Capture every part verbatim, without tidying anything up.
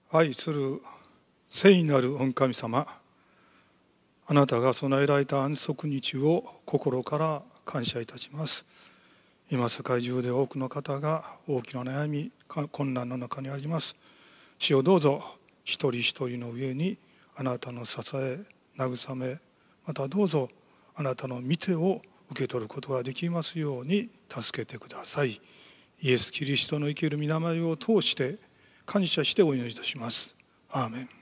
愛する聖なる御神様、あなたが備えられた安息日を心から感謝いたします。今世界中で多くの方が大きな悩み困難の中にあります。主をどうぞ一人一人の上にあなたの支え慰め、またどうぞあなたの御手を受け取ることができますように助けてください。イエス・キリストの生きる御名前を通して感謝してお祈りいたします。アーメン。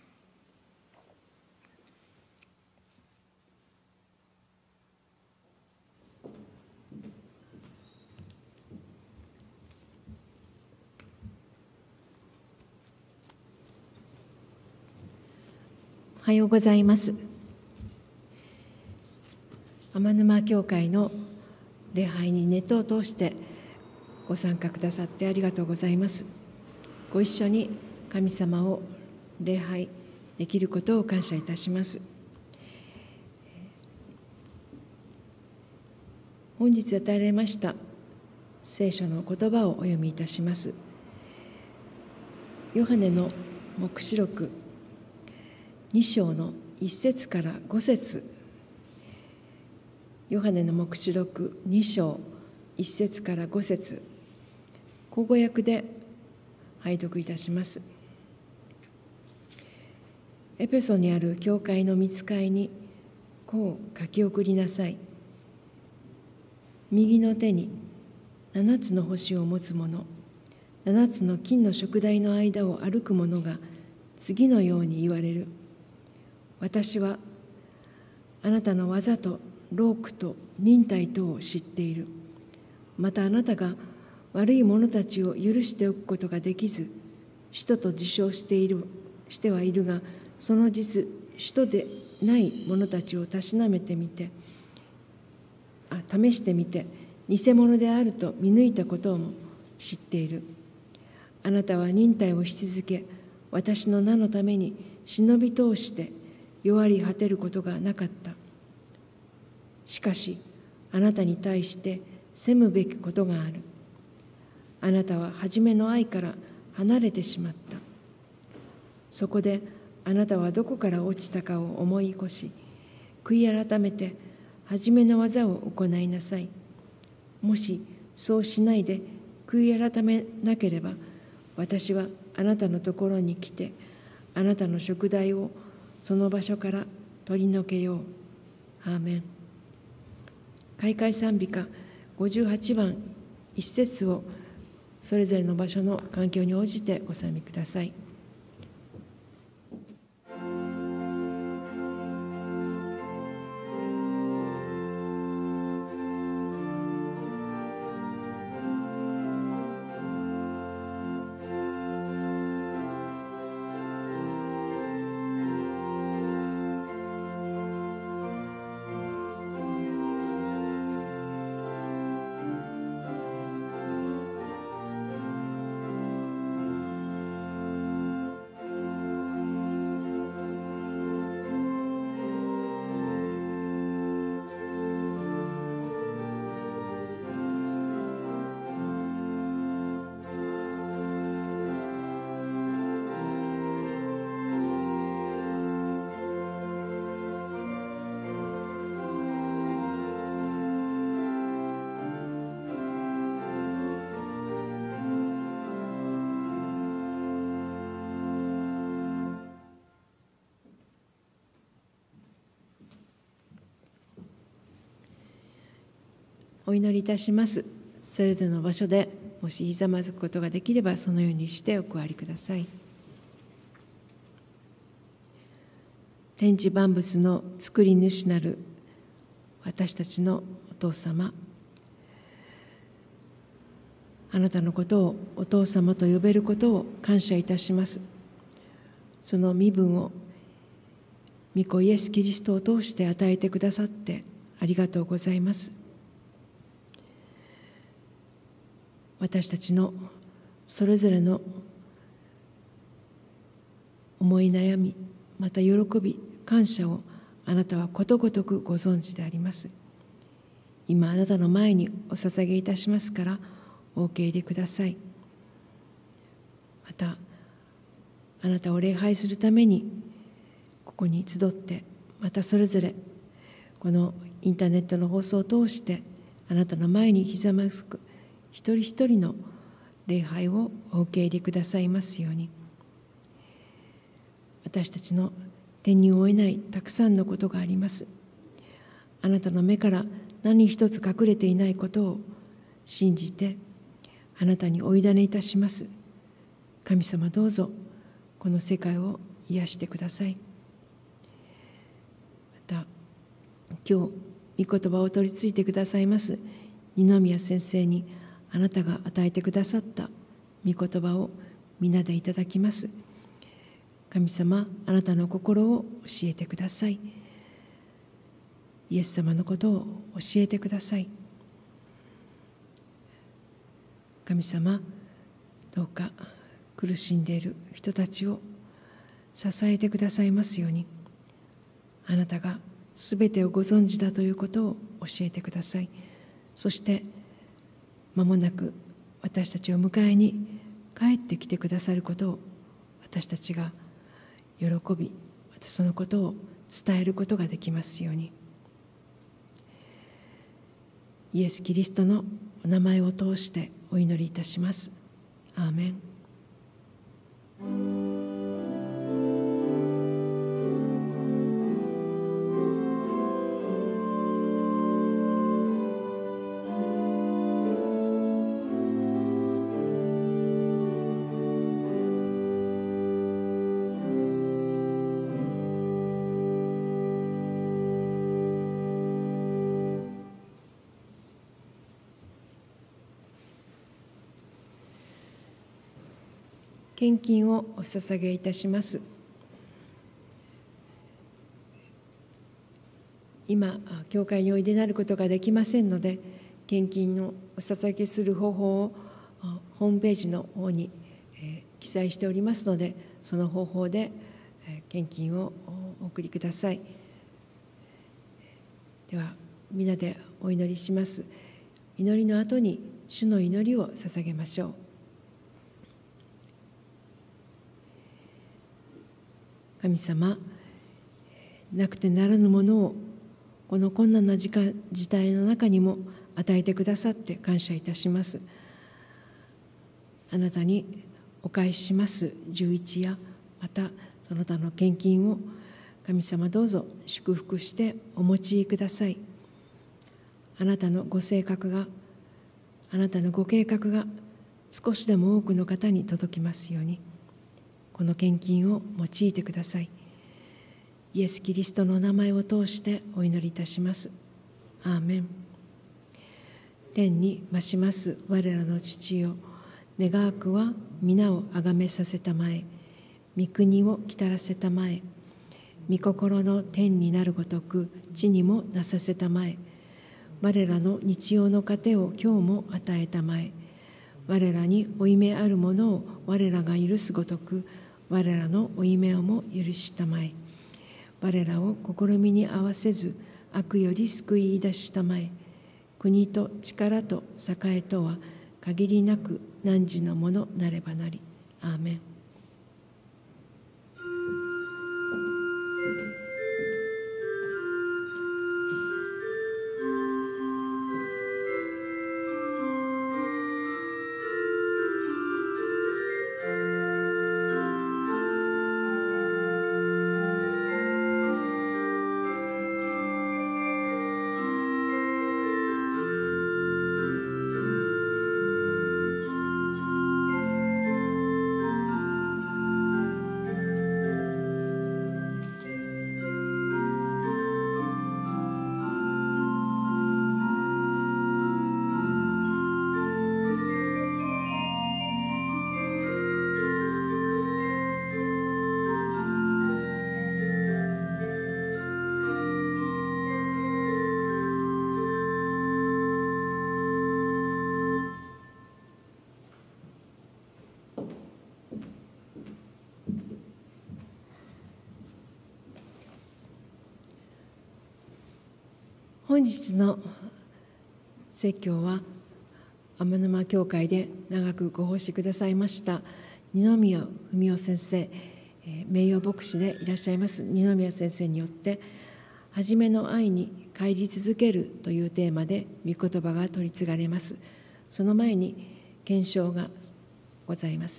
おはようございます。天沼教会の礼拝にネットを通してご参加くださってありがとうございます。ご一緒に神様を礼拝できることを感謝いたします。本日与えられました聖書の言葉をお読みいたします。ヨハネの黙示録に章のいっ節からご節、ヨハネの黙示録に章いっ節からご節、口語訳で拝読いたします。エペソにある教会の御使いにこう書き送りなさい。右の手に七つの星を持つ者、七つの金の燭台の間を歩く者が次のように言われる。私はあなたの技と労苦と忍耐とを知っている。またあなたが悪い者たちを許しておくことができず、使徒と自称しているしてはいるが、その実使徒でない者たちをたしなめてみてあ試してみて偽物であると見抜いたことも知っている。あなたは忍耐をし続け、私の名のために忍び通して弱り果てることがなかった。しかしあなたに対して責むべきことがある。あなたは初めの愛から離れてしまった。そこであなたはどこから落ちたかを思い起こし、悔い改めて初めの技を行いなさい。もしそうしないで悔い改めなければ、私はあなたのところに来て、あなたの燭台をその場所から取り除けよう。アーメン。開会賛美歌ごじゅうはちばんいっ節をそれぞれの場所の環境に応じてご賛美ください。お祈りいたします。それぞれの場所でもしひざまずくことができればそのようにしてお加わりください。天地万物の作り主なる私たちのお父様、あなたのことをお父様と呼べることを感謝いたします。その身分を御子イエス・キリストを通して与えてくださってありがとうございます。私たちのそれぞれの思い悩み、また喜び、感謝をあなたはことごとくご存知であります。今あなたの前にお捧げいたしますからお受け入れください。またあなたを礼拝するためにここに集って、またそれぞれこのインターネットの放送を通してあなたの前にひざまずく一人一人の礼拝をお受け入れくださいますように。私たちの手に負えないたくさんのことがあります。あなたの目から何一つ隠れていないことを信じてあなたにお委ねいたします。神様、どうぞこの世界を癒してください。また今日御言葉を取り次いでくださいます二宮先生にあなたが与えてくださった御言葉を皆でいただきます。神様、あなたの心を教えてください。イエス様のことを教えてください。神様、どうか苦しんでいる人たちを支えてくださいますように。あなたがすべてをご存知だということを教えてください。そして間もなく私たちを迎えに帰ってきてくださることを私たちが喜び、またそのことを伝えることができますように。イエス・キリストのお名前を通してお祈りいたします。アーメン。献金をお捧げいたします。今、教会においでなることができませんので、献金をお捧げする方法をホームページの方に記載しておりますので、その方法で献金をお送りください。では、皆でお祈りします。祈りの後に主の祈りを捧げましょう。神様、なくてならぬものをこの困難な時間時代の中にも与えてくださって感謝いたします。あなたにお返しします十一やまたその他の献金を神様、どうぞ祝福してお持ちください。あなたのご性格が、あなたのご計画が少しでも多くの方に届きますように、この献金を用いてください。イエス・キリストの名前を通してお祈りいたします。アーメン。天に増します我らの父よ、願わくは皆をあがめさせたまえ、御国を来たらせたまえ、御心の天になるごとく地にもなさせたまえ、我らの日曜の糧を今日も与えたまえ、我らに負い目あるものを我らが許すごとく我らの負い目をも許したまえ、我らを試みに合わせず悪より救い出したまえ、国と力と栄とは限りなく汝のものなればなり。アーメン。本日の説教は天沼教会で長くご奉仕くださいました二宮文夫先生、名誉牧師でいらっしゃいます二宮先生によって、初めの愛に帰り続けるというテーマで御言葉が取り継がれます。その前に検証がございます。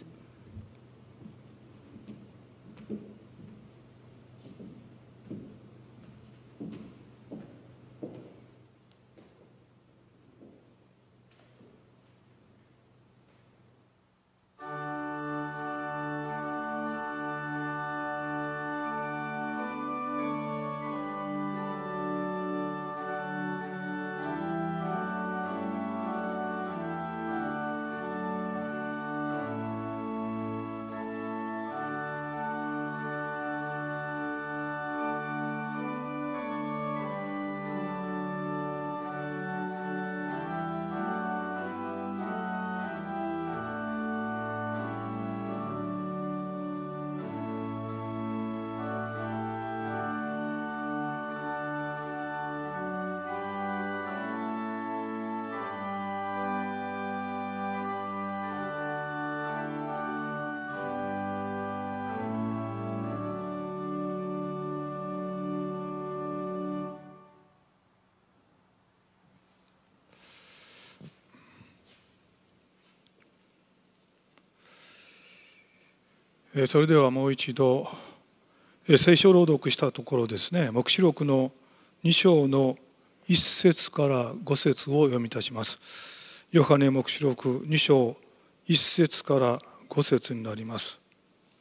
それではもう一度聖書を朗読したところですね、黙示録のに章のいっ節からご節を読みいたします。ヨハネ黙示録に章いっ節からご節になります。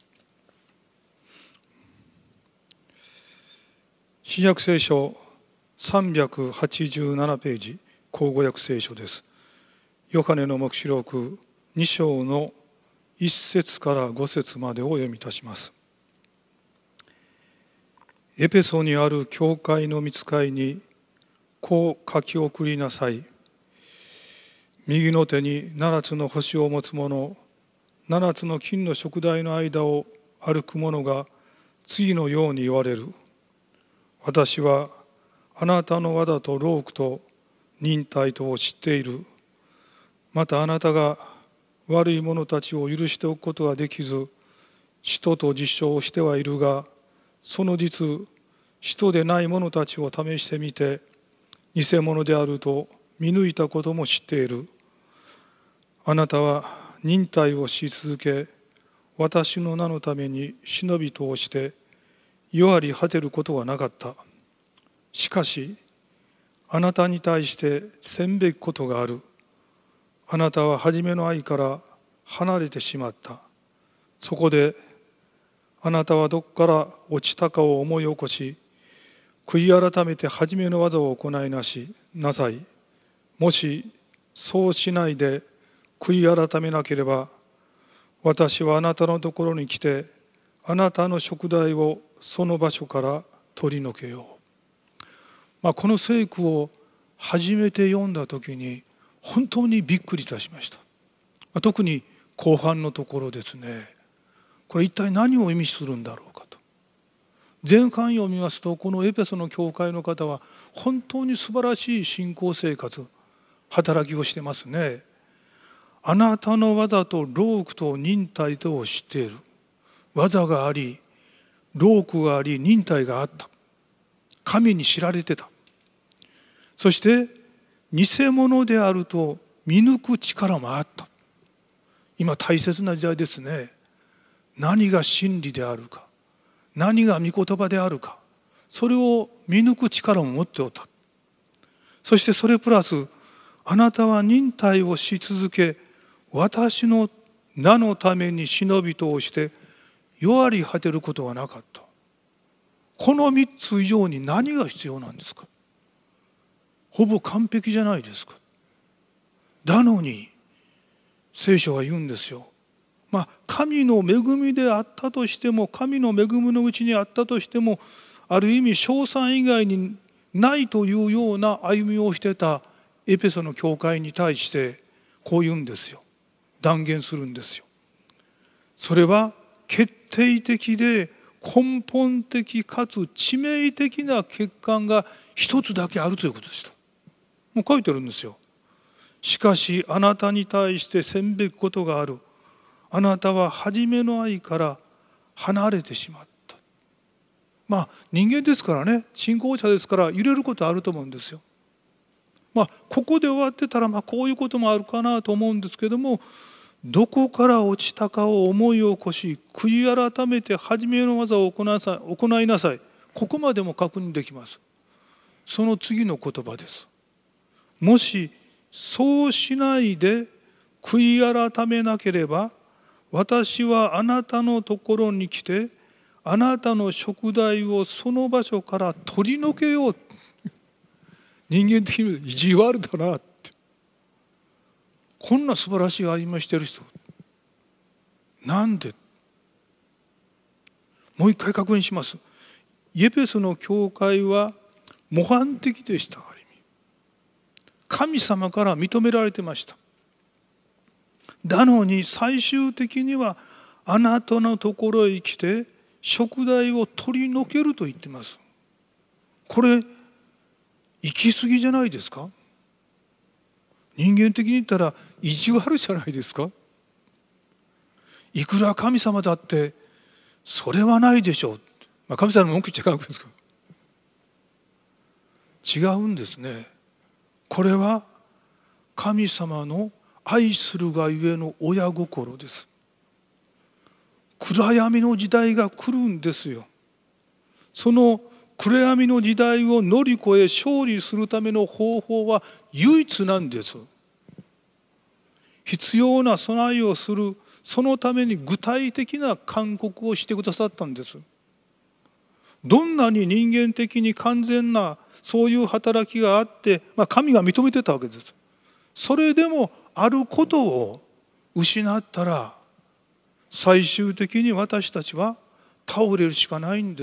新約聖書さんびゃくはちじゅうななページ、口語訳聖書です。ヨハネの黙示録に章のいっ節からご節までを読みいたします。エペソにある教会の御使いにこう書き送りなさい。右の手に七つの星を持つ者、七つの金の燭台の間を歩く者が次のように言われる。私はあなたの技と労苦と忍耐とを知っている。またあなたが悪い者たちを許しておくことができず、使徒と実証をしてはいるが、その実、使徒でない者たちを試してみて、偽物であると見抜いたことも知っている。あなたは忍耐をし続け、私の名のために忍び通して、弱り果てることはなかった。しかし、あなたに対してせんべきことがある。あなたは初めの愛から離れてしまった。そこであなたはどこから落ちたかを思い起こし、悔い改めて初めの技を行いなしなさい。もしそうしないで悔い改めなければ、私はあなたのところに来て、あなたの燭台をその場所から取り除けよう。まあ、この聖句を初めて読んだときに、本当にびっくりいたしました。特に後半のところですね。これ一体何を意味するんだろうかと。前半読みますと、このエペソの教会の方は本当に素晴らしい信仰生活、働きをしてますね。あなたの技と労苦と忍耐とを知っている。技があり、労苦があり、忍耐があった。神に知られてた。そして偽物であると見抜く力もあった。今大切な時代ですね。何が真理であるか、何が御言葉であるか、それを見抜く力も持っておった。そしてそれプラス、あなたは忍耐をし続け、私の名のために忍び通して弱り果てることはなかった。この三つ以上に何が必要なんですか。ほぼ完璧じゃないですか。だのに聖書は言うんですよ。まあ神の恵みであったとしても、神の恵みのうちにあったとしても、ある意味称賛以外にないというような歩みをしてたエペソの教会に対してこう言うんですよ。断言するんですよ。それは決定的で根本的かつ致命的な欠陥が一つだけあるということでした。もう書いてるんですよ。しかしあなたに対してせんべきことがある。 あなたは初めの愛から離れてしまった。まあ人間ですからね、信仰者ですから揺れることあると思うんですよ。まあここで終わってたらまあこういうこともあるかなと思うんですけども、どこから落ちたかを思い起こし悔い改めて初めの技を行いなさい。ここまでも確認できます。その次の言葉です。もしそうしないで悔い改めなければ、私はあなたのところに来てあなたの食材をその場所から取り除けよう。人間的に意地悪だなって。こんな素晴らしい歩みしてる人なんで。もう一回確認します。エペソの教会は模範的でした。ある意味神様から認められてました。なのに最終的にはあなたのところへ来て食材を取り除けると言ってます。これ行き過ぎじゃないですか。人間的に言ったら意地悪じゃないですか。いくら神様だってそれはないでしょう。まあ、神様の文句言っちゃうんですか。違うんですね。これは神様の愛するがゆえの親心です。暗闇の時代が来るんですよ。その暗闇の時代を乗り越え勝利するための方法は唯一なんです。必要な備えをする、そのために具体的な勧告をしてくださったんです。どんなに人間的に完全なそういう働きがあって、まあ、神が認めてたわけです。それでもあることを失ったら最終的に私たちは倒れるしかないんです。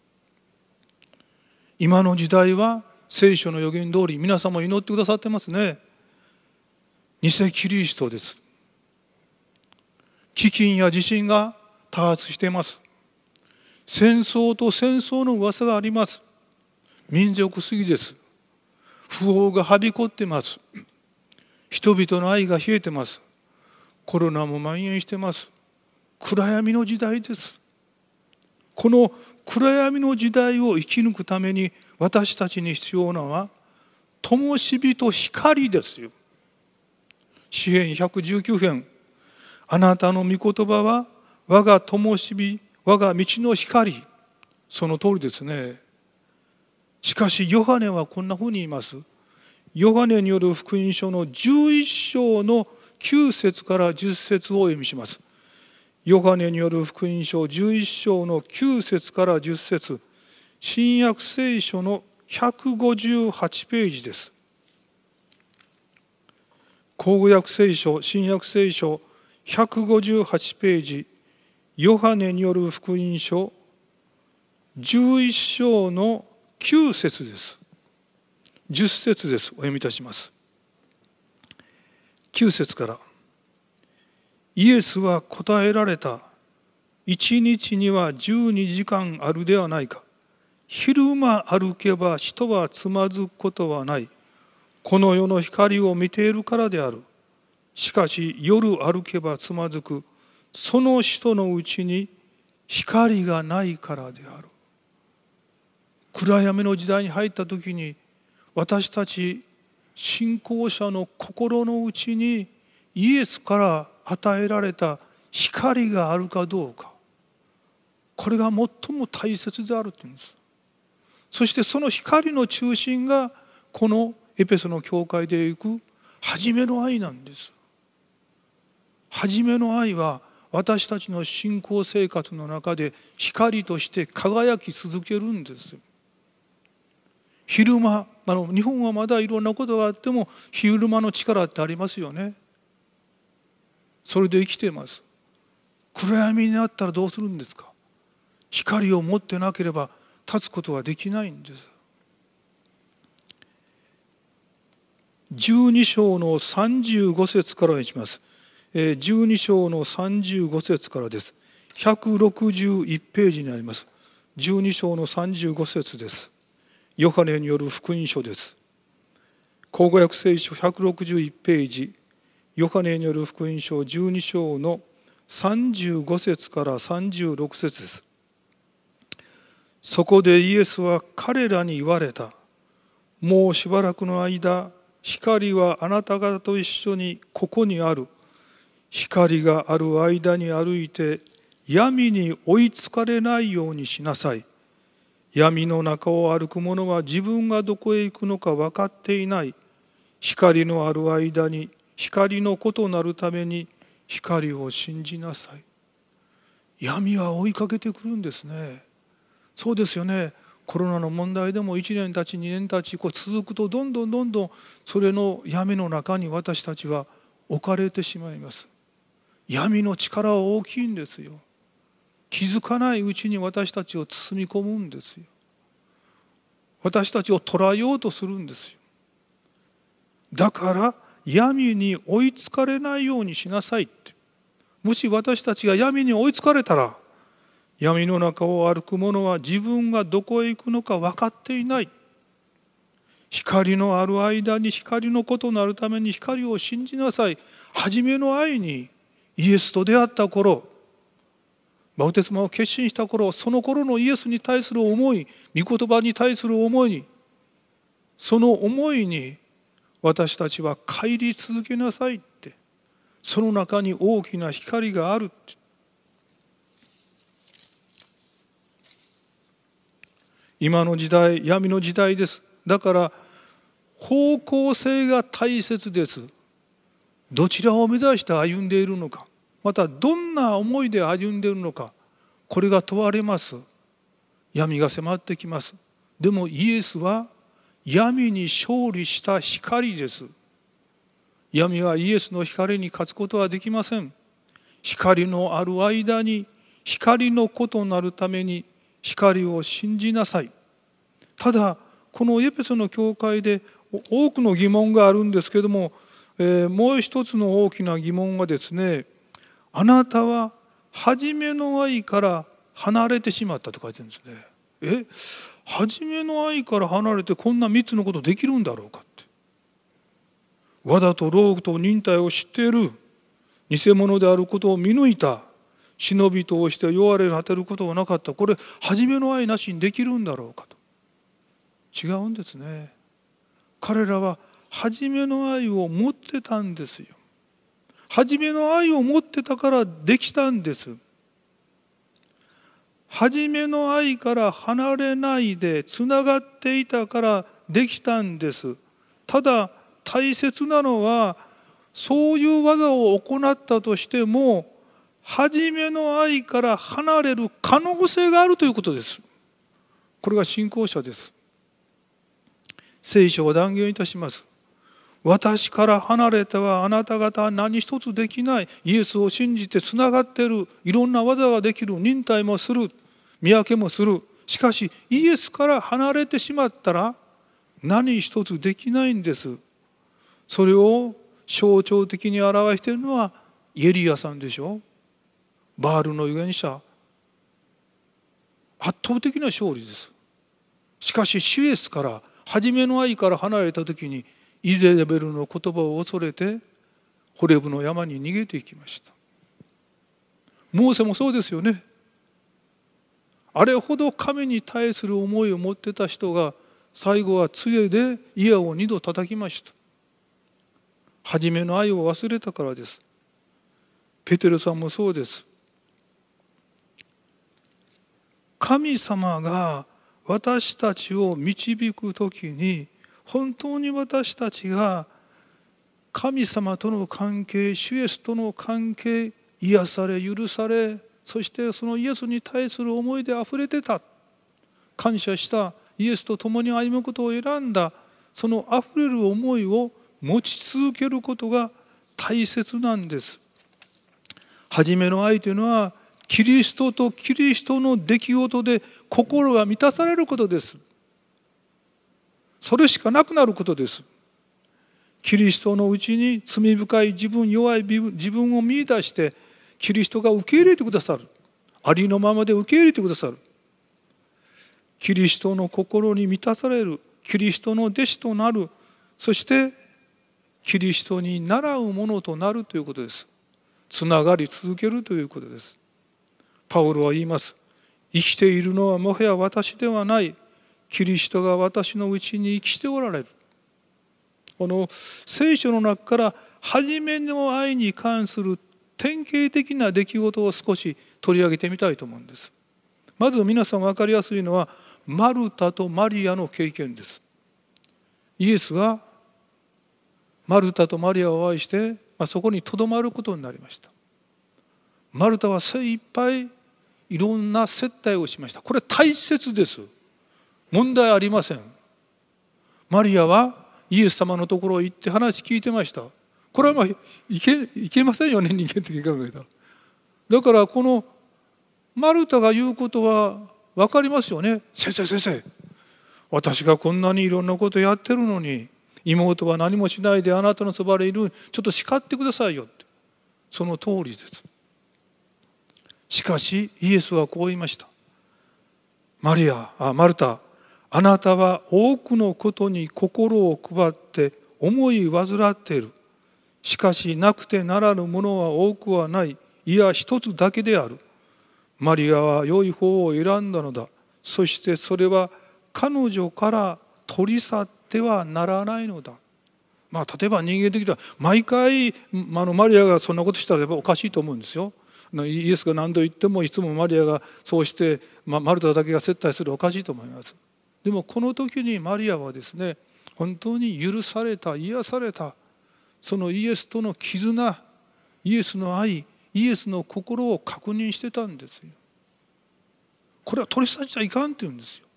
今の時代は聖書の予言通り皆さんも祈ってくださってますね。偽キリストです。飢饉や地震が多発しています。戦争と戦争の噂があります。民族主義です。不法がはびこっています。人々の愛が冷えてます。コロナも蔓延してます。暗闇の時代です。この暗闇の時代を生き抜くために私たちに必要なのは灯火と光ですよ。詩編ひゃくじゅうきゅう編、あなたの御言葉は我が灯火、我が道の光。その通りですね。しかしヨハネはこんなふうに言います。ヨハネによる福音書のじゅういっ章のきゅう節からじゅっ節をお読みします。ヨハネによる福音書じゅういっ章のきゅう節からじゅっ節、新約聖書のひゃくごじゅうはちページです。口語訳聖書、新約聖書ひゃくごじゅうはちページ、ヨハネによる福音書じゅういっ章のきゅう節です。じゅっ節です。お読みいたします。きゅう節から。イエスは答えられた。一日にはじゅうにじかんあるではないか。昼間歩けば人はつまずくことはない。この世の光を見ているからである。しかし夜歩けばつまずく。その人のうちに光がないからである。暗闇の時代に入った時に私たち信仰者の心の内にイエスから与えられた光があるかどうか、これが最も大切であるというんです。そしてその光の中心がこのエペソの教会で行く初めの愛なんです。初めの愛は私たちの信仰生活の中で光として輝き続けるんです。昼間、あの日本はまだいろんなことがあっても昼間の力ってありますよね。それで生きています。暗闇になったらどうするんですか。光を持ってなければ立つことはできないんです。じゅうに章のさんじゅうご節からにします。じゅうに章のさんじゅうご節からです。ひゃくろくじゅういちページにあります。じゅうに章のさんじゅうご節です。ヨハネによる福音書です。口語訳聖書ひゃくろくじゅういちページ、ヨハネによる福音書じゅうに章のさんじゅうご節からさんじゅうろく節です。そこでイエスは彼らに言われた。もうしばらくの間、光はあなた方と一緒にここにある。光がある間に歩いて闇に追いつかれないようにしなさい。闇の中を歩く者は自分がどこへ行くのか分かっていない。光のある間に光の子となるために光を信じなさい。闇は追いかけてくるんですね。そうですよね。コロナの問題でもいちねんたちにねんたちこう続くと、どんどんどんどんそれの闇の中に私たちは置かれてしまいます。闇の力は大きいんですよ。気づかないうちに私たちを包み込むんですよ。私たちを捉えようとするんですよ。だから闇に追いつかれないようにしなさいって。もし私たちが闇に追いつかれたら、闇の中を歩く者は自分がどこへ行くのか分かっていない。光のある間に光の子となるために光を信じなさい。初めの愛にイエスと出会った頃、バプテスマを決心した頃、その頃のイエスに対する思い、御言葉に対する思い、その思いに私たちは帰り続けなさいって、その中に大きな光があるって。今の時代、闇の時代です。だから方向性が大切です。どちらを目指して歩んでいるのか、またどんな思いで歩んでいるのか、これが問われます。闇が迫ってきます。でもイエスは闇に勝利した光です。闇はイエスの光に勝つことはできません。光のある間に光の子となるために光を信じなさい。ただこのエペソの教会で多くの疑問があるんですけども、えー、もう一つの大きな疑問はですね、あなたは初めの愛から離れてしまったと書いてるんですね。え、初めの愛から離れてこんな三つのことできるんだろうかって。藁と労苦と忍耐を知っている、偽物であることを見抜いた、忍びとして弱れ果てることはなかった。これ初めの愛なしにできるんだろうかと。違うんですね。彼らは初めの愛を持ってたんですよ。初めの愛を持ってたからできたんです。初めの愛から離れないでつながっていたからできたんです。ただ大切なのは、そういう技を行ったとしても初めの愛から離れる可能性があるということです。これが信仰者です。聖書は断言いたします。私から離れてはあなた方は何一つできない。イエスを信じてつながっている。いろんな技ができる。忍耐もする。見分けもする。しかしイエスから離れてしまったら何一つできないんです。それを象徴的に表しているのはエリアさんでしょ。バールの預言者。圧倒的な勝利です。しかし主イエスから初めの愛から離れた時にイゼベルの言葉を恐れてホレブの山に逃げていきました。モーセもそうですよね。あれほど神に対する思いを持ってた人が最後は杖で家を二度叩きました。初めの愛を忘れたからです。ペテロさんもそうです。神様が私たちを導くときに、本当に私たちが神様との関係、主イエスとの関係、癒され許され、そしてそのイエスに対する思いであふれてた、感謝したイエスと共に歩むことを選んだ、そのあふれる思いを持ち続けることが大切なんです。初めの愛というのはキリストとキリストの出来事で心が満たされることです。それしかなくなることです。キリストのうちに罪深い自分、弱い自分を見出してキリストが受け入れてくださる。ありのままで受け入れてくださる。キリストの心に満たされる。キリストの弟子となる。そしてキリストに倣うものとなるということです。 つながり続けるということです。パウロは言います。生きているのはもはや私ではない。キリストが私のうちに生きておられる。この聖書の中から初めの愛に関する典型的な出来事を少し取り上げてみたいと思うんです。まず皆さん分かりやすいのはマルタとマリアの経験です。イエスがマルタとマリアを愛して、まあ、そこにとどまることになりました。マルタは精一杯いろんな接待をしました。これ大切です。問題ありません。マリアはイエス様のところへ行って話聞いてました。これはまあいけ、いけませんよね、人間的に考えたら。だからこのマルタが言うことは分かりますよね。先生先生、私がこんなにいろんなことやってるのに妹は何もしないであなたのそばにいる、ちょっと叱ってくださいよって。その通りです。しかしイエスはこう言いました。マリア、あ、マルタ、あなたは多くのことに心を配って思い患っている。しかしなくてならぬものは多くはない。いや一つだけである。マリアは良い方を選んだのだ。そしてそれは彼女から取り去ってはならないのだ。まあ例えば人間的には毎回あのマリアがそんなことしたらやっぱおかしいと思うんですよ。イエスが何度言ってもいつもマリアがそうして、まあ、マルタだけが接待するおかしいと思います。でもこの時にマリアはですね、本当に許された、癒された、そのイエスとの絆、イエスの愛、イエスの心を確認してたんですよ。これは取り去っちゃいかんって言うんですよ。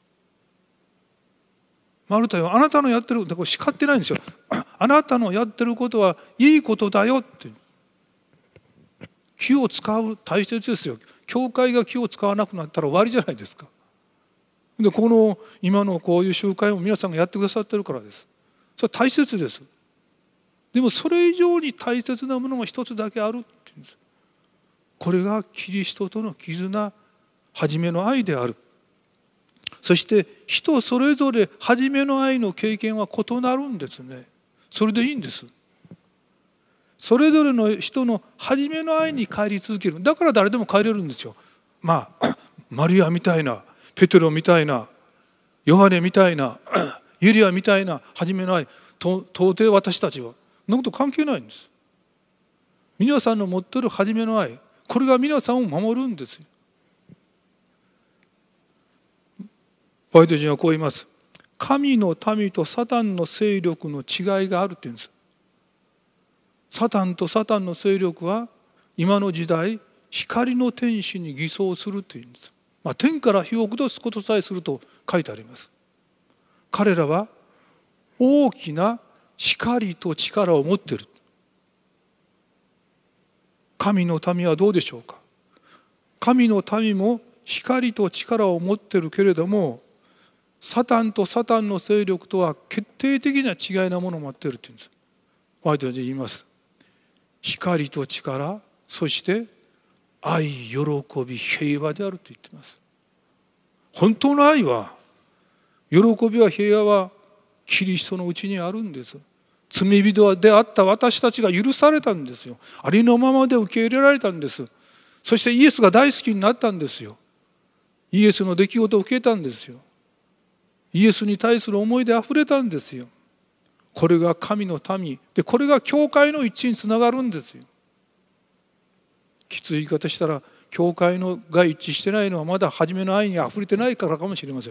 マルタよ、あなたのやってる、だから叱ってないんですよ。あなたのやってることはいいことだよって。気を使う、大切ですよ。教会が気を使わなくなったら終わりじゃないですか。でこの今のこういう集会を皆さんがやってくださってるからです。それは大切です。でもそれ以上に大切なものが一つだけあるって言うんです。これがキリストとの絆、初めの愛である。そして人それぞれ初めの愛の経験は異なるんですね。それでいいんです。それぞれの人の初めの愛に帰り続ける。だから誰でも帰れるんですよ。まあマリアみたいな、ペテロみたいな、ヨハネみたいな、ユリアみたいな初めの愛、到底私たちはそんなこと関係ないんです。皆さんの持っている初めの愛、これが皆さんを守るんですよ。ホワイト人はこう言います。神の民とサタンの勢力の違いがあるって言うんです。サタンとサタンの勢力は今の時代光の天使に偽装するというんです。まあ、天から火を下すことさえすると書いてあります。彼らは大きな光と力を持っている。神の民はどうでしょうか。神の民も光と力を持っているけれども、サタンとサタンの勢力とは決定的な違いなものを持っているというんです。ホワイトで言います。光と力、そして愛、喜び、平和であると言っています。本当の愛は、喜びは平和はキリストのうちにあるんです。罪人であった私たちが許されたんですよ。ありのままで受け入れられたんです。そしてイエスが大好きになったんですよ。イエスの出来事を受けたんですよ。イエスに対する思いであふれたんですよ。これが神の民で、これが教会の一致につながるんですよ。きつい言い方したら、教会のが一致してないのはまだ初めの愛にあふれてないからかもしれません。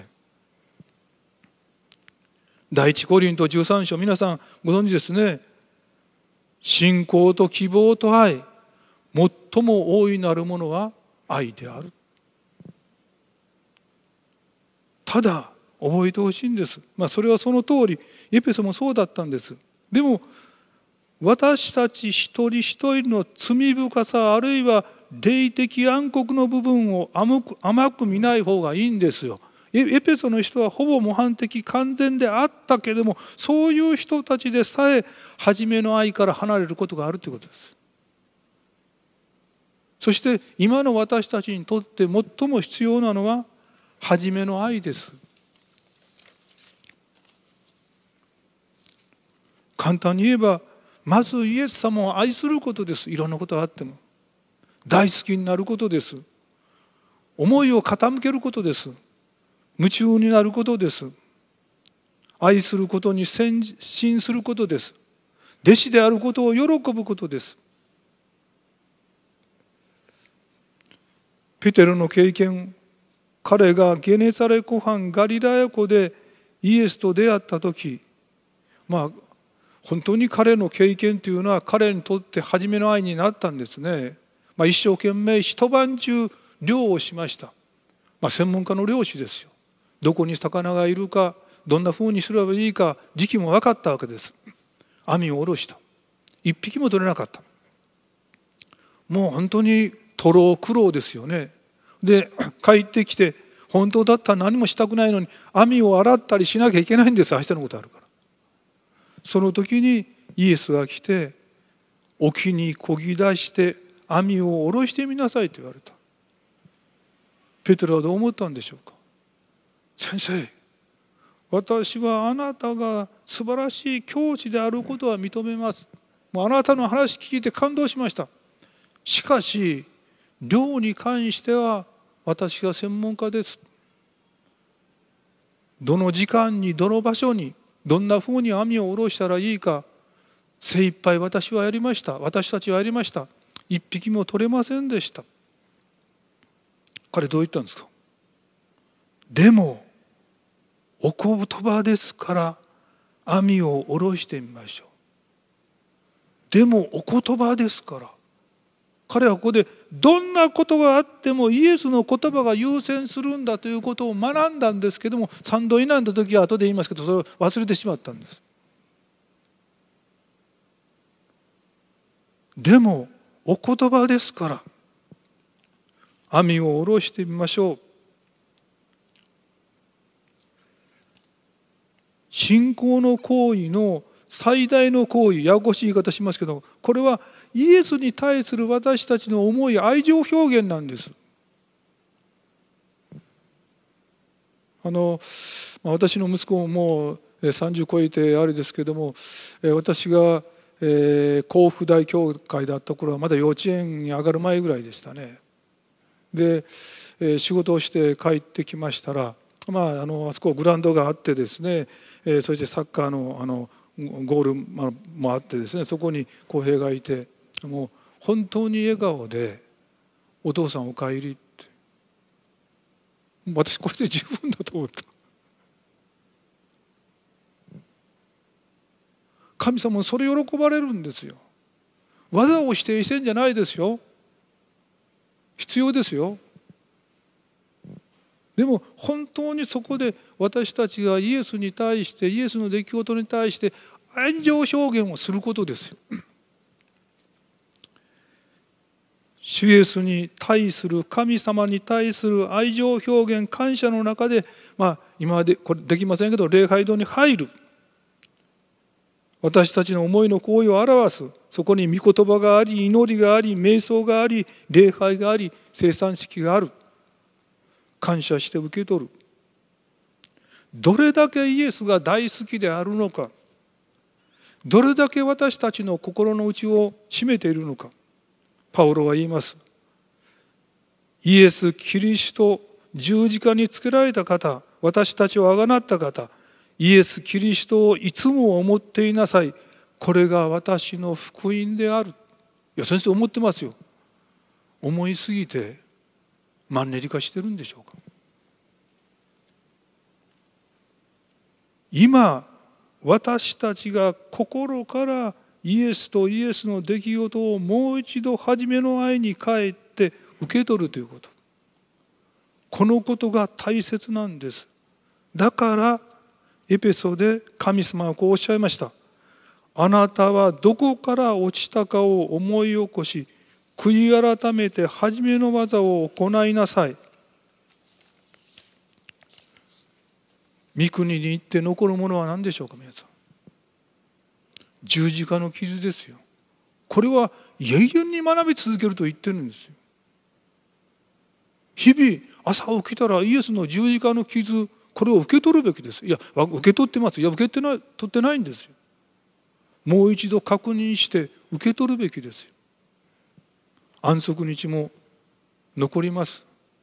第一コリントじゅうさん章、皆さんご存知ですね。信仰と希望と愛、最も大いなるものは愛である。ただ覚えてほしいんです。まあそれはその通り、エペソもそうだったんです。でも私たち一人一人の罪深さ、あるいは霊的暗黒の部分を甘く、甘く見ない方がいいんですよ。エペソの人はほぼ模範的、完全であったけれども、そういう人たちでさえ初めの愛から離れることがあるということです。そして今の私たちにとって最も必要なのは初めの愛です。簡単に言えば、まずイエス様を愛することです。いろんなことがあっても。 大好きになることです。思いを傾けることです。夢中になることです。愛することに専心することです。弟子であることを喜ぶことです。ペテロの経験、彼がゲネサレ湖畔ガリラヤ湖でイエスと出会った時、まあ本当に彼の経験というのは彼にとって初めの愛になったんですね。まあ、一生懸命一晩中漁をしました。まあ、専門家の漁師ですよ。どこに魚がいるか、どんなふうにすればいいか、時期も分かったわけです。網を下ろした。一匹も取れなかった。もう本当に徒労苦労ですよね。で帰ってきて、本当だったら何もしたくないのに網を洗ったりしなきゃいけないんです。明日のことあるから。その時にイエスが来て、沖に漕ぎ出して網を下ろしてみなさいと言われた。ペテロはどう思ったんでしょうか。先生、私はあなたが素晴らしい教師であることは認めます。もうあなたの話聞いて感動しました。しかし漁に関しては私が専門家です。どの時間にどの場所にどんなふうに網を下ろしたらいいか、精一杯私はやりました。私たちはやりました。一匹も取れませんでした。彼どう言ったんですか。でもお言葉ですから網を下ろしてみましょう。でもお言葉ですから。彼はここでどんなことがあってもイエスの言葉が優先するんだということを学んだんですけども、三度以内の時は後で言いますけど、それを忘れてしまったんです。でもお言葉ですから網を下ろしてみましょう。信仰の行為の最大の行為、ややこしい言い方しますけど、これはイエスに対する私たちの思い、愛情表現なんです。あの私の息子ももうさんじゅう超えてあれですけども、私が甲府大教会だった頃はまだ幼稚園に上がる前ぐらいでしたね。で仕事をして帰ってきましたら、まあ、あのあそこグラウンドがあってですね、そしてサッカーのあのゴールもあってですね、そこに浩平がいて、もう本当に笑顔で「お父さんお帰り」って、私これで十分だと思った。神様もそれ喜ばれるんですよ。技を否定してんじゃないですよ。必要ですよ。でも本当にそこで私たちがイエスに対して、イエスの出来事に対して愛情表現をすることですよ。主イエスに対する、神様に対する愛情表現、感謝の中で、まあ今までこれできませんけど、礼拝堂に入る、私たちの思いの行為を表す、そこに御言葉があり、祈りがあり、瞑想があり、礼拝があり、生産式がある、感謝して受け取る。どれだけイエスが大好きであるのか、どれだけ私たちの心の内を占めているのか、パウロは言います。イエス・キリスト、十字架につけられた方、私たちをあがなった方、イエス・キリストをいつも思っていなさい。これが私の福音である。いや先生思ってますよ。思いすぎてマンネリ化してるんでしょうか。今私たちが心からイエスとイエスの出来事をもう一度初めの愛に帰って受け取るということ、このことが大切なんです。だからエペソで神様はこうおっしゃいました。あなたはどこから落ちたかを思い起こし、悔い改めて初めの技を行いなさい。御国に行って残るものは何でしょうか皆さん。十字架の傷ですよ。これは永遠に学び続けると言ってるんですよ。日々朝起きたらイエスの十字架の傷、これを受け取るべきです。いや受け取ってます。いや受け取ってない、取ってないんですよ。もう一度確認して受け取るべきですよ。 安息日も残ります。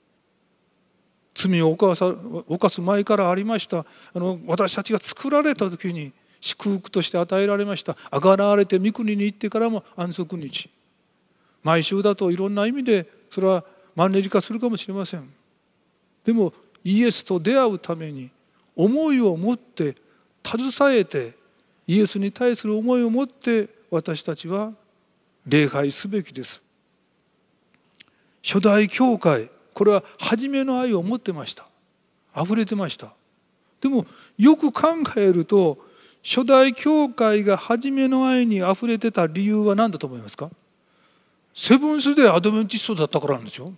罪を犯さ犯す前からありました。あの私たちが作られた時に祝福として与えられました。あがなわれて御国に行ってからも安息日。毎週だといろんな意味でそれはマンネリ化するかもしれません。でもイエスと出会うために思いを持って携えて、イエスに対する思いを持って私たちは礼拝すべきです。初代教会、これは初めの愛を持ってました。溢れてました。でもよく考えると、初代教会が初めの愛に溢れてた理由は何だと思いますか？セブンスデーアドベンチストだったからなんですよ。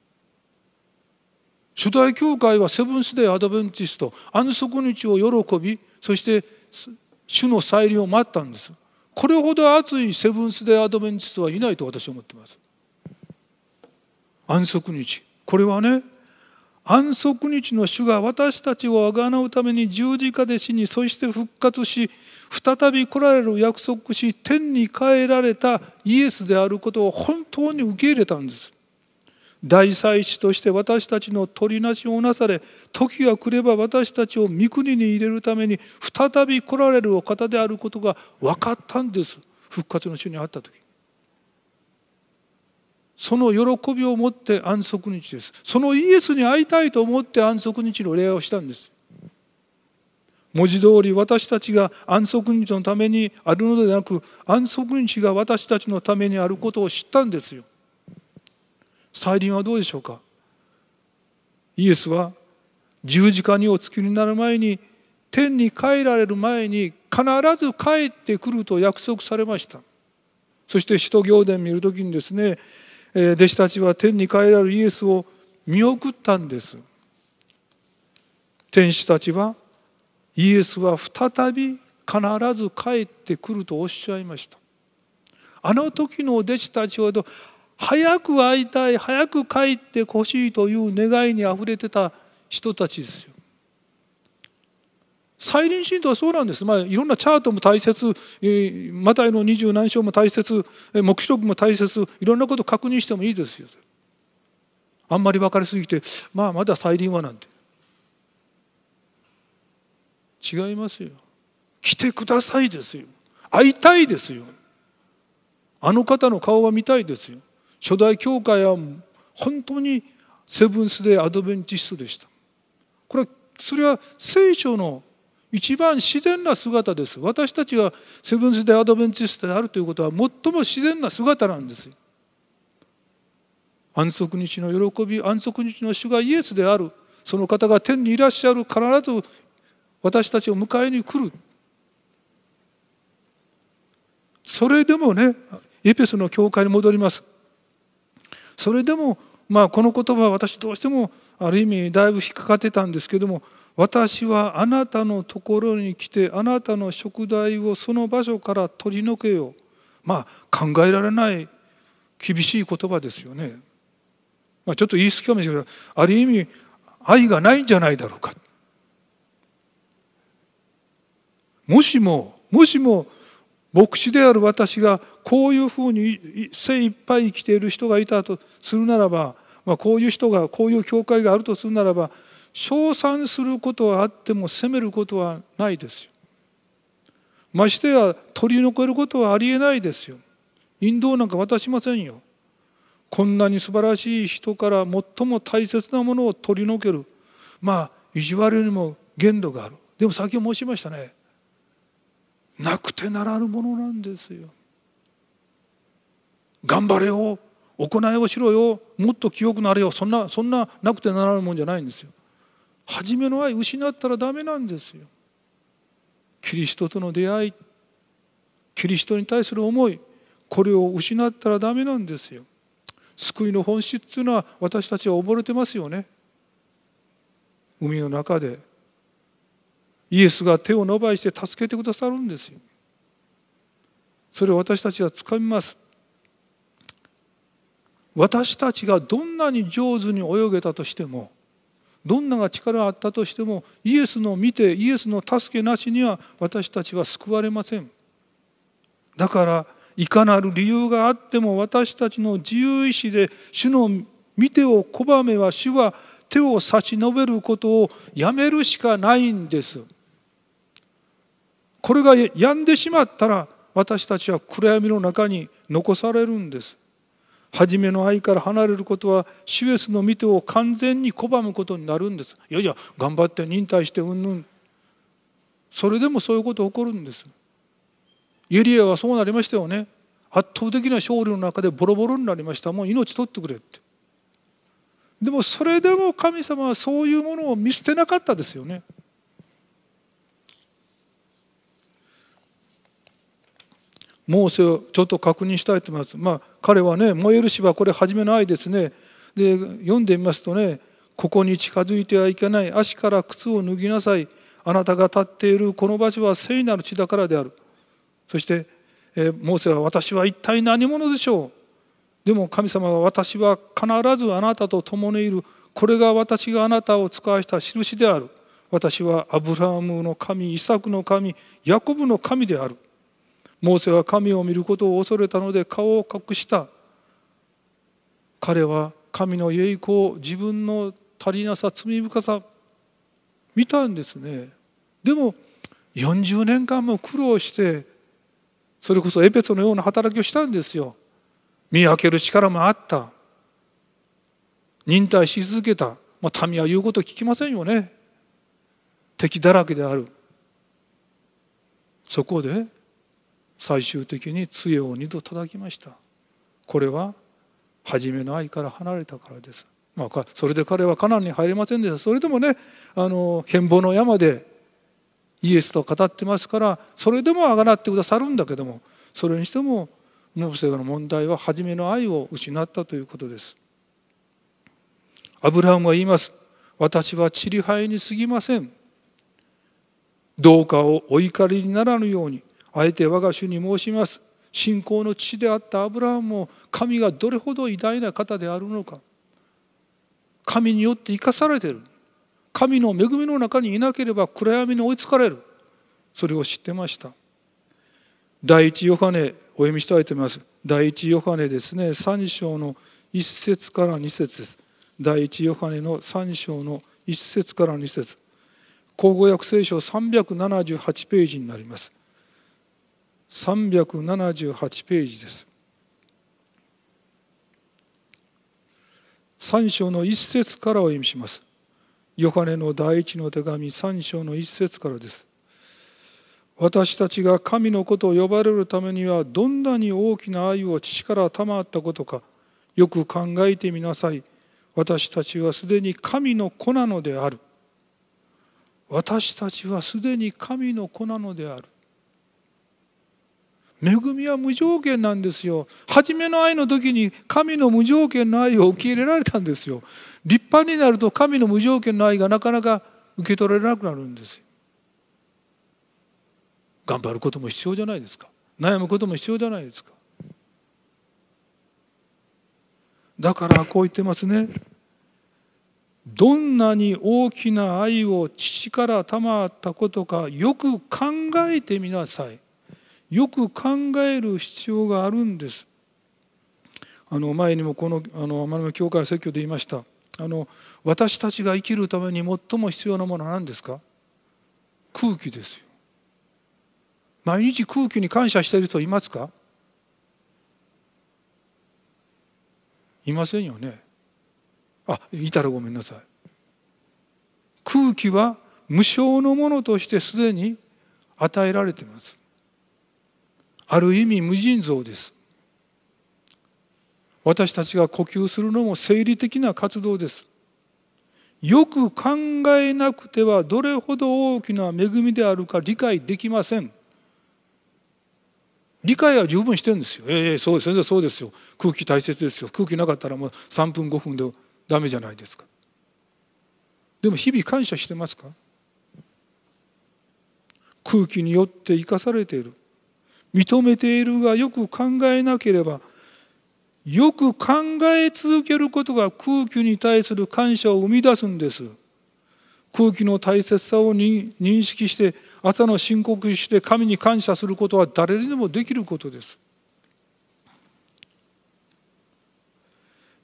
初代教会はセブンスデーアドベンチスト、安息日を喜び、そして主の再臨を待ったんです。これほど熱いセブンスデーアドベンチストはいないと私は思っています。安息日、これはね、安息日の主が私たちをあがなうために十字架で死に、そして復活し、再び来られる約束し、天に帰られたイエスであることを本当に受け入れたんです。大祭司として私たちの取りなしをなされ、時が来れば私たちを御国に入れるために再び来られるお方であることが分かったんです。復活の主に会った時、その喜びを持って安息日です。そのイエスに会いたいと思って安息日の礼をしたんです。文字通り私たちが安息日のためにあるのではなく、安息日が私たちのためにあることを知ったんですよ。再臨はどうでしょうか。イエスは十字架におつきになる前に、天に帰られる前に必ず帰ってくると約束されました。そして使徒行伝見るときにですね、弟子たちは天に帰られるイエスを見送ったんです。天使たちはイエスは再び必ず帰ってくるとおっしゃいました。あの時の弟子たちほど早く会いたい、早く帰ってほしいという願いにあふれてた人たちですよ。再臨信徒はそうなんです。まあ、いろんなチャートも大切、マタイの二十何章も大切、黙示録も大切、いろんなことを確認してもいいですよ。あんまり分かりすぎて、まあまだ再臨はなんて。違いますよ。来てくださいですよ。会いたいですよ。あの方の顔が見たいですよ。初代教会は本当にセブンスデーアドベンチストでした。これはそれは聖書の一番自然な姿です。私たちがセブンスデーアドベンチストであるということは最も自然な姿なんです。安息日の喜び、安息日の主がイエスである、その方が天にいらっしゃる、必ず私たちを迎えに来る。それでもね、エペソの教会に戻ります。それでも、まあ、この言葉は私どうしてもある意味だいぶ引っかかってたんですけども、私はあなたのところに来てあなたの食材をその場所から取り除けよう。まあ考えられない厳しい言葉ですよね。まあ、ちょっと言い過ぎかもしれないけど、ある意味愛がないんじゃないだろうか。もしももしも牧師である私がこういうふうに精一杯生きている人がいたとするならば、まあ、こういう人がこういう教会があるとするならば、称賛することはあっても責めることはないですよ。ましてや取り残ることはありえないですよ。引導なんか渡しませんよ。こんなに素晴らしい人から最も大切なものを取り除ける、まあ意地悪にも限度がある。でも先ほど申しましたね、なくてならぬものなんですよ。頑張れよ、行いをしろよ、もっと清くなれよ、そんなそんななくてならぬもんじゃないんですよ。初めの愛失ったらダメなんですよ。キリストとの出会い、キリストに対する思い、これを失ったらダメなんですよ。救いの本質っていうのは私たちは溺れてますよね。海の中でイエスが手を伸ばして助けてくださるんですよ。それを私たちはつかみます。私たちがどんなに上手に泳げたとしても、どんなが力があったとしても、イエスの見てイエスの助けなしには私たちは救われません。だからいかなる理由があっても私たちの自由意志で主の御手を拒めば、主は手を差し伸べることをやめるしかないんです。これが病んでしまったら私たちは暗闇の中に残されるんです。初めの愛から離れることは主イエスの御手を完全に拒むことになるんです。いやいや頑張って忍耐してうんぬん、それでもそういうこと起こるんです。エリアはそうなりましたよね。圧倒的な勝利の中でボロボロになりました。もう命取ってくれって。でもそれでも神様はそういうものを見捨てなかったですよね。モーセをちょっと確認したいと思います。まあ彼はね、燃える芝、これ初めの愛ですね。で読んでみますとね、ここに近づいてはいけない、足から靴を脱ぎなさい、あなたが立っているこの場所は聖なる地だからである。そして、えー、モーセは私は一体何者でしょう。でも神様は私は必ずあなたと共にいる。これが私があなたを使わした印である。私はアブラハムの神、イサクの神、ヤコブの神である。モーセは神を見ることを恐れたので顔を隠した。彼は神の栄光、自分の足りなさ、罪深さ見たんですね。でもよんじゅうねんかんも苦労して、それこそエペソのような働きをしたんですよ。見分ける力もあった。忍耐し続けた。まあ、民は言うこと聞きませんよね。敵だらけである。そこで最終的に杖を二度叩きました。これは初めの愛から離れたからです。まあ、それで彼はカナンに入れませんでした。それでもね、あの変貌の山でイエスと語ってますから、それでもあがなってくださるんだけども、それにしてもモーセの問題は初めの愛を失ったということです。アブラハムは言います。私は塵灰に過ぎません。どうかお怒りにならぬようにあえて我が主に申します。信仰の父であったアブラハムも神がどれほど偉大な方であるのか、神によって生かされている。神の恵みの中にいなければ暗闇に追いつかれる。それを知ってました。第一ヨハネお読みしたいと思います。第一ヨハネですね、さん章のいっ節からに節です。第一ヨハネのさん章のいっ節からに節、口語訳聖書さんびゃくななじゅうはちページになります。さんびゃくななじゅうはちページです。さん章のいっ節からお読みします。ヨハネの第一の手紙さん章のいっ節からです。私たちが神の子と呼ばれるためにはどんなに大きな愛を父から賜ったことか、よく考えてみなさい。私たちはすでに神の子なのである。私たちはすでに神の子なのである。恵みは無条件なんですよ。初めの愛の時に神の無条件の愛を受け入れられたんですよ。立派になると神の無条件の愛がなかなか受け取れなくなるんですよ。頑張ることも必要じゃないですか。悩むことも必要じゃないですか。だからこう言ってますね。どんなに大きな愛を父から賜ったことか、よく考えてみなさい。よく考える必要があるんです。あの前にもこのあの天沼教会説教で言いました。あの私たちが生きるために最も必要なものは何ですか？空気ですよ。毎日空気に感謝している人いますか？いませんよね。あ、いたらごめんなさい。空気は無償のものとしてすでに与えられています。ある意味無尽蔵です。私たちが呼吸するのも生理的な活動です。よく考えなくてはどれほど大きな恵みであるか理解できません。理解は十分してるんですよ。ええ、そうです、先生そうですよ。空気大切ですよ。空気なかったらもうさんぷんごふんでダメじゃないですか。でも日々感謝してますか？空気によって生かされている。認めているがよく考えなければ、よく考え続けることが空気に対する感謝を生み出すんです。空気の大切さを認識して朝の深呼吸して神に感謝することは誰にでもできることです。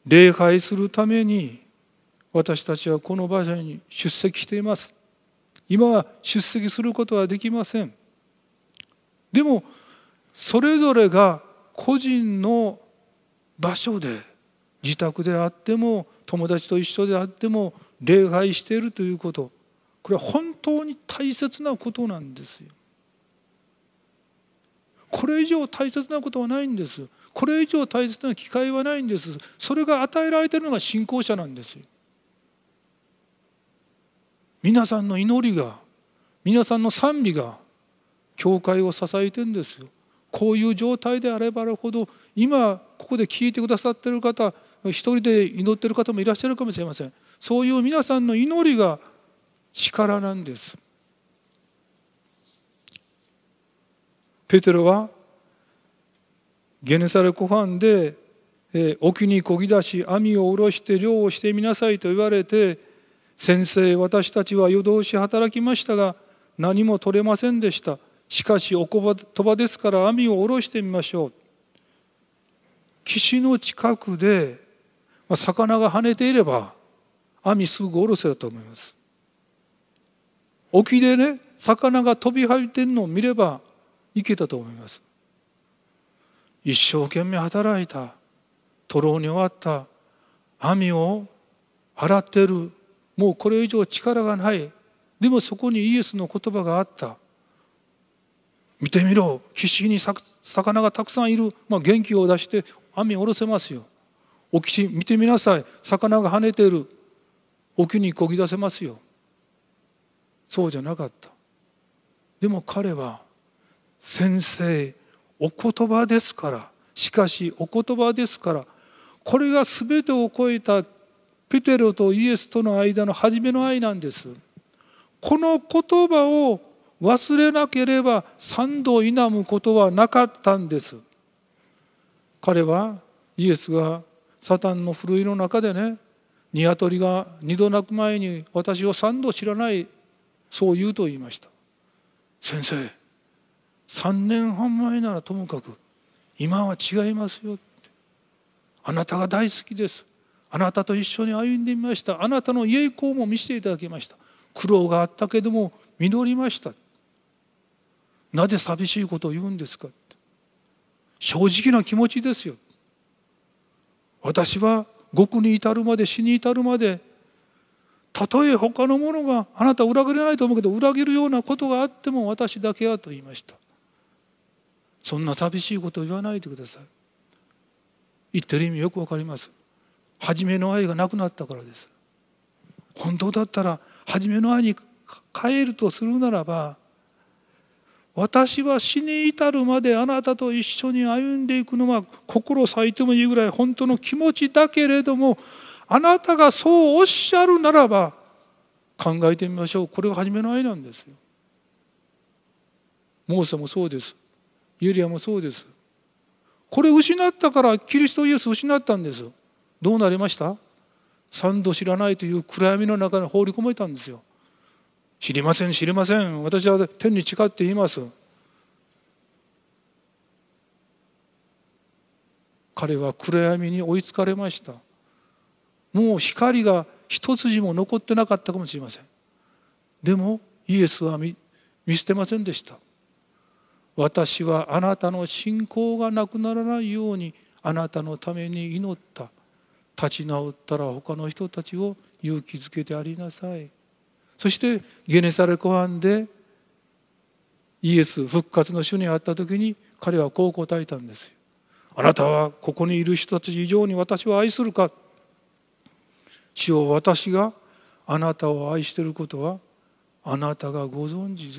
礼拝するために私たちはこの場所に出席しています。今は出席することはできません。でもそれぞれが個人の場所で、自宅であっても友達と一緒であっても礼拝しているということ、これは本当に大切なことなんですよ。これ以上大切なことはないんです。これ以上大切な機会はないんです。それが与えられているのが信仰者なんですよ。皆さんの祈りが、皆さんの賛美が教会を支えてるんですよ。こういう状態であればあるほど、今ここで聞いてくださっている方、一人で祈っている方もいらっしゃるかもしれません。そういう皆さんの祈りが力なんです。ペテロはゲネサレ湖畔で、えー、沖に漕ぎ出し網を下ろして漁をしてみなさいと言われて、先生、私たちは夜通し働きましたが何も取れませんでした。しかしお言葉ですから網を下ろしてみましょう。岸の近くで魚が跳ねていれば網すぐ下ろせると思います。沖でね、魚が飛び入っているのを見ればいけたと思います。一生懸命働いた、徒労に終わった網を洗っている、もうこれ以上力がない。でもそこにイエスの言葉があった。見てみろ、岸に魚がたくさんいる、まあ、元気を出して網を下ろせますよ。沖見てみなさい、魚が跳ねている、沖に漕ぎ出せますよ。そうじゃなかった。でも彼は、先生、お言葉ですから、しかしお言葉ですから、これが全てを超えたペテロとイエスとの間の初めの愛なんです。この言葉を忘れなければ三度否むことはなかったんです。彼はイエスがサタンのふるいの中でね、鶏が二度鳴く前に私を三度知らない、そう言うと言いました。先生、三年半前ならともかく今は違いますよって。あなたが大好きです。あなたと一緒に歩んでみました。あなたの栄光も見せていただきました。苦労があったけども実りました。なぜ寂しいことを言うんですか。正直な気持ちですよ。私は獄に至るまで、死に至るまで、たとえ他の者があなたを裏切れないと思うけど裏切るようなことがあっても私だけはと言いました。そんな寂しいことを言わないでください。言ってる意味よくわかります。初めの愛がなくなったからです。本当だったら初めの愛に帰るとするならば、私は死に至るまであなたと一緒に歩んでいくのは心裂いてもいいぐらい本当の気持ちだけれども、あなたがそうおっしゃるならば考えてみましょう。これが初めの愛なんですよ。モーセもそうです。エリアもそうです。これ失ったからキリストイエス失ったんです。どうなりました？三度知らないという暗闇の中に放り込まれたんですよ。知りません、知りません。私は天に誓って言います。彼は暗闇に追いつかれました。もう光が一筋も残ってなかったかもしれません。でもイエスは 見, 見捨てませんでした。私はあなたの信仰がなくならないようにあなたのために祈った。立ち直ったら他の人たちを勇気づけてありなさい。そしてゲネサレ湖畔でイエス復活の主に会った時に彼はこう答えたんですよ。あなたはここにいる人たち以上に私を愛するか。主よ、私があなたを愛していることはあなたがご存知です。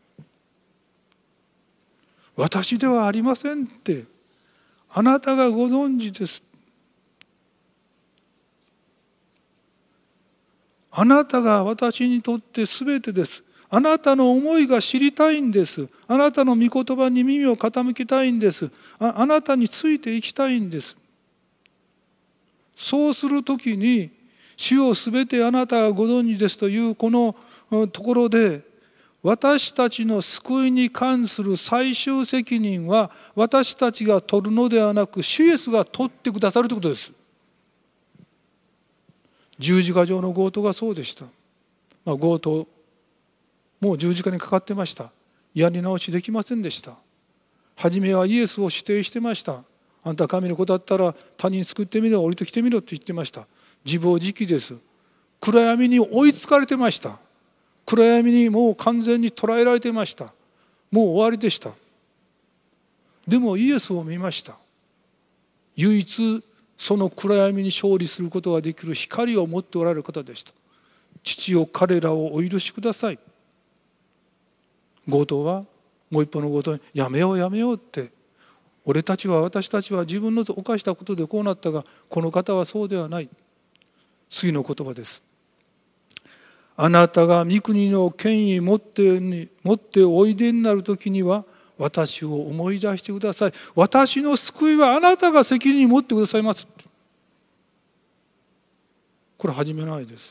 私ではありませんって、あなたがご存知です。あなたが私にとって全てです。あなたの思いが知りたいんです。あなたの御言葉に耳を傾けたいんです。あ、あなたについていきたいんです。そうするときに、主を全てあなたがご存知ですというこのところで、私たちの救いに関する最終責任は私たちが取るのではなく、主イエスが取ってくださるということです。 十字架上の強盗がそうでした。まあ、強盗もう十字架にかかってました。やり直しできませんでした。初めはイエスを否定してました。あんた神の子だったら他人救ってみろ、降りてきてみろって言ってました。自暴自棄です。暗闇に追いつかれてました。暗闇にもう完全に捉えられてました。もう終わりでした。でもイエスを見ました。唯一その暗闇に勝利することができる光を持っておられる方でした。父よ、彼らをお許しください。強盗はもう一方の強盗にやめようやめようって、俺たちは私たちは自分の犯したことでこうなったが、この方はそうではない。次の言葉です。あなたが御国の権威を持って持っておいでになるときには私を思い出してください。私の救いはあなたが責任を持ってくださいます。これ初めないです。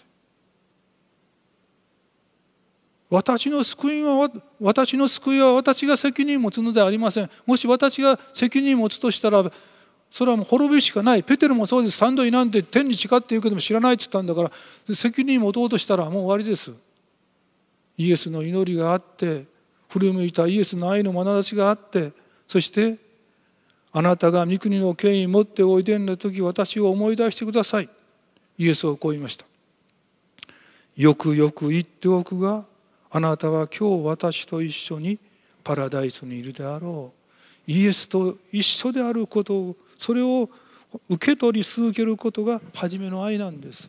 私の救いは私の救いは私が責任を持つのではありません。もし私が責任を持つとしたら、それはもう滅びしかない。ペテロもそうです。三度いなんて天に誓って言うけども知らないって言ったんだから、責任を持とうとしたらもう終わりです。イエスの祈りがあって、振り向いたイエスの愛の眼差しがあって、そしてあなたが御国の権威を持っておいでになるとき、私を思い出してください。イエスはこう言いました。よくよく言っておくが、あなたは今日私と一緒にパラダイスにいるであろう。イエスと一緒であることを、それを受け取り続けることが初めの愛なんです。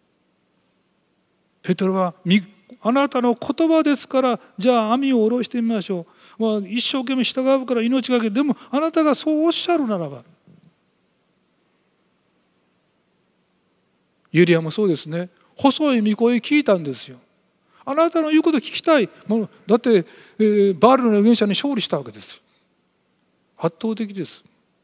ペテロはあなたの言葉ですから、じゃあ網を下ろしてみましょう。まあ、一生懸命従うから命がけ。でもあなたがそうおっしゃるならば。エリアもそうですね。細い御声聞いたんですよ。あなたの言うこと聞きたい。もうだって、えー、バールの預言者に勝利したわけです。圧倒的です。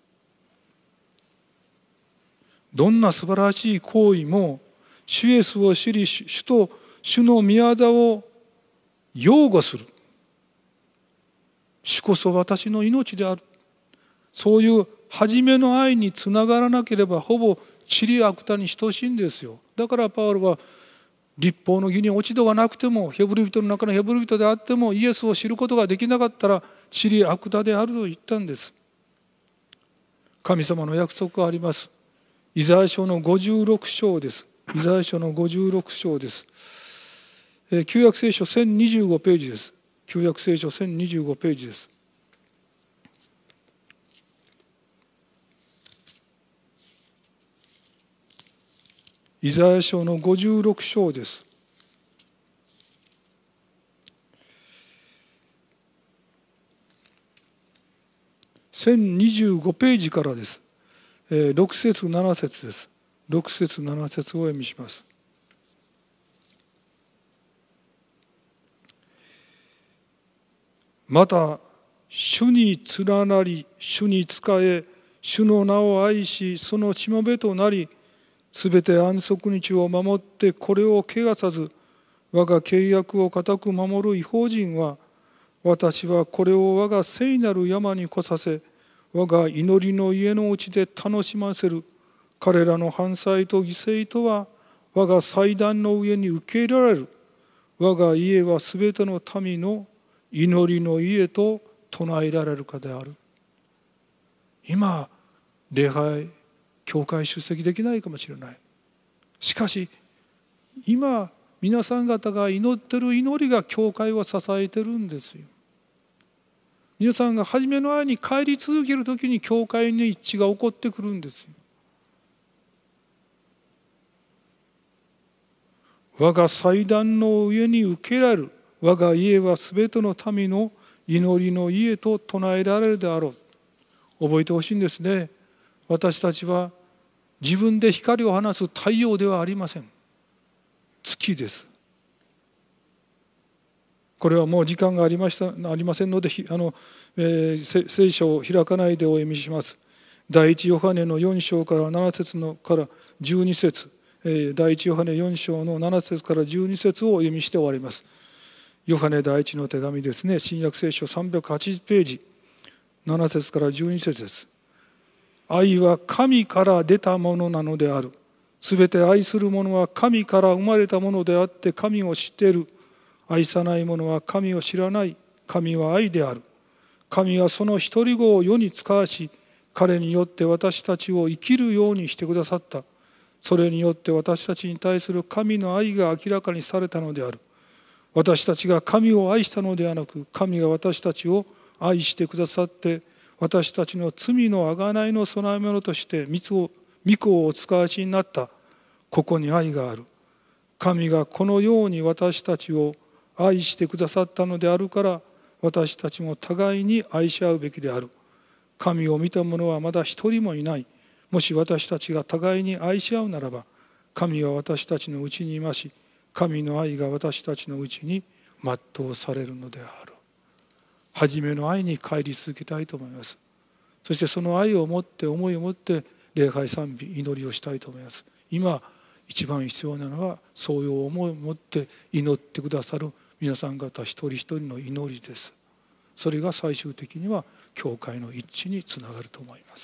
どんな素晴らしい行為も、主イエスを知り、主と主の御業を擁護する。主こそ私の命である。そういう初めの愛につながらなければ、ほぼ塵悪多に等しいんですよ。だからパウロは、律法の義に落ち度がなくても、ヘブル人の中のヘブル人であっても、イエスを知ることができなかったら塵悪多であると言ったんです。神様の約束があります。イザヤ書のごじゅうろく章です。イザヤ書のごじゅうろく章です。旧約聖書せんにじゅうごページです。旧約聖書せんにじゅうごページです。イザヤ書のごじゅうろく章です。せんにじゅうごページからです。ろく節なな節です。ろく節なな節をお読みします。また主に連なり、主に仕え、主の名を愛し、そのしもべとなり、すべて安息日を守ってこれを汚さず、我が契約を固く守る異邦人は、私はこれを我が聖なる山に来させ、我が祈りの家のうちで楽しませる。彼らの犯罪と犠牲とは我が祭壇の上に受け入れられる。我が家はすべての民の祈りの家と唱えられるかである。今、礼拝、教会出席できないかもしれない。しかし、今、皆さん方が祈ってる祈りが教会を支えてるんですよ。皆さんが初めの愛に帰り続けるときに教会に一致が起こってくるんですよ。我が祭壇の上に受けられる。我が家はすべての民の祈りの家と唱えられるであろう。覚えてほしいんですね。私たちは自分で光を放す太陽ではありません。月です。これはもう時間がありましたありませんので、あの、えー、聖書を開かないでお読みします。第一ヨハネのよん章からなな節のからじゅうに節、えー、第一ヨハネよん章のなな節からじゅうに節をお読みして終わります。ヨハネ第一の手紙ですね。新約聖書さんびゃくはちじゅうページ、なな節からじゅうに節です。愛は神から出たものなのである。 すべて愛する者は神から生まれたものであって神を知っている。愛さない者は神を知らない。神は愛である。神はその一人子を世に使わし、彼によって私たちを生きるようにしてくださった。それによって私たちに対する神の愛が明らかにされたのである。私たちが神を愛したのではなく、神が私たちを愛してくださって、私たちの罪の贖いの供え物として御子をお使わしになった。ここに愛がある。神がこのように私たちを愛してくださったのであるから、私たちも互いに愛し合うべきである。神を見た者はまだ一人もいない。もし私たちが互いに愛し合うならば、神は私たちのうちにいまし、神の愛が私たちのうちに全うされるのである。初めの愛に帰り続けたいと思います。そしてその愛を持って、思いを持って礼拝賛美、祈りをしたいと思います。今一番必要なのは、そういう思いを持って祈ってくださる皆さん方一人一人の祈りです。それが最終的には教会の一致につながると思います。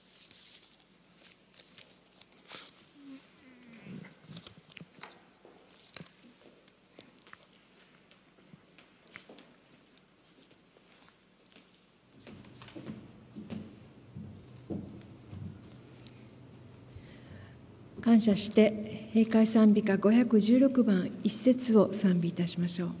感謝して閉会賛美歌ごひゃくじゅうろくばん一節を賛美いたしましょう。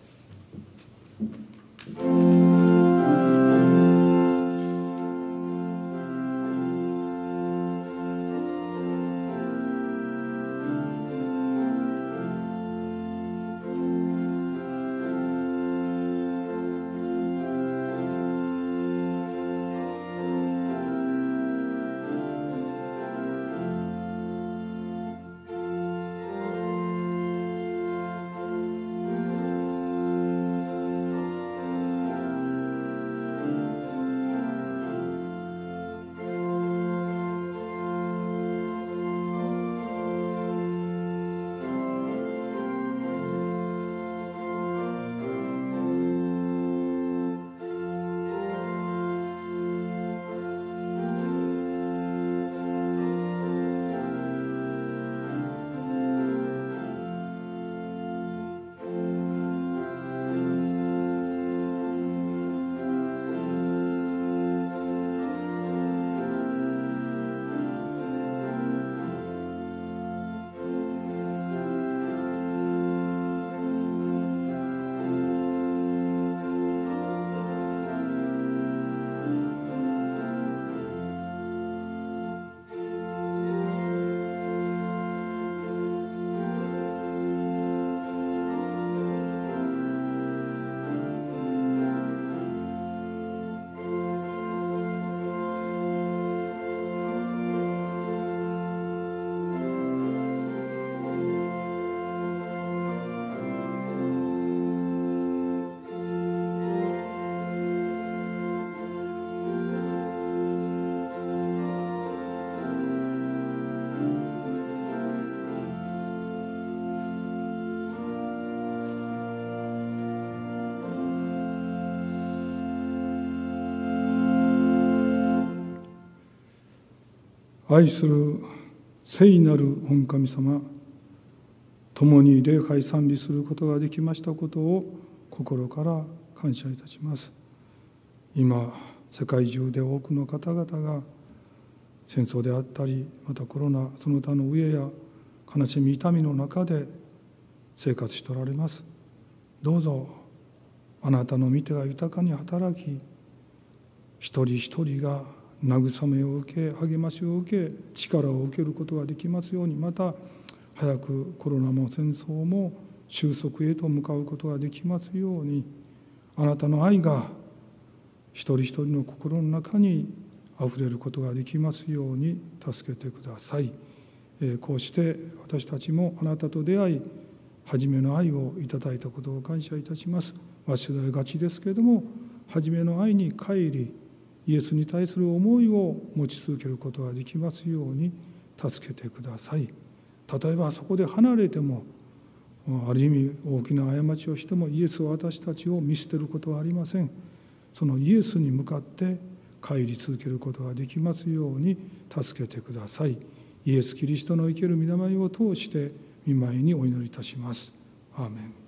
愛する聖なる御神様、共に礼拝賛美することができましたことを心から感謝いたします。今世界中で多くの方々が戦争であったり、またコロナその他の飢えや悲しみ痛みの中で生活しておられます。どうぞあなたの御手が豊かに働き、一人一人が慰めを受け、励ましを受け、力を受けることができますように、また早くコロナも戦争も収束へと向かうことができますように、あなたの愛が一人一人の心の中にあふれることができますように助けてください。こうして私たちもあなたと出会い、初めの愛をいただいたことを感謝いたします。忘れがちですけれども、初めの愛に帰り、イエスに対する思いを持ち続けることができますように助けてください。例えばそこで離れても、ある意味大きな過ちをしても、イエスは私たちを見捨てることはありません。そのイエスに向かって帰り続けることができますように助けてください。 イエス・キリストの生ける御名前を通して御前にお祈りいたします。アーメン。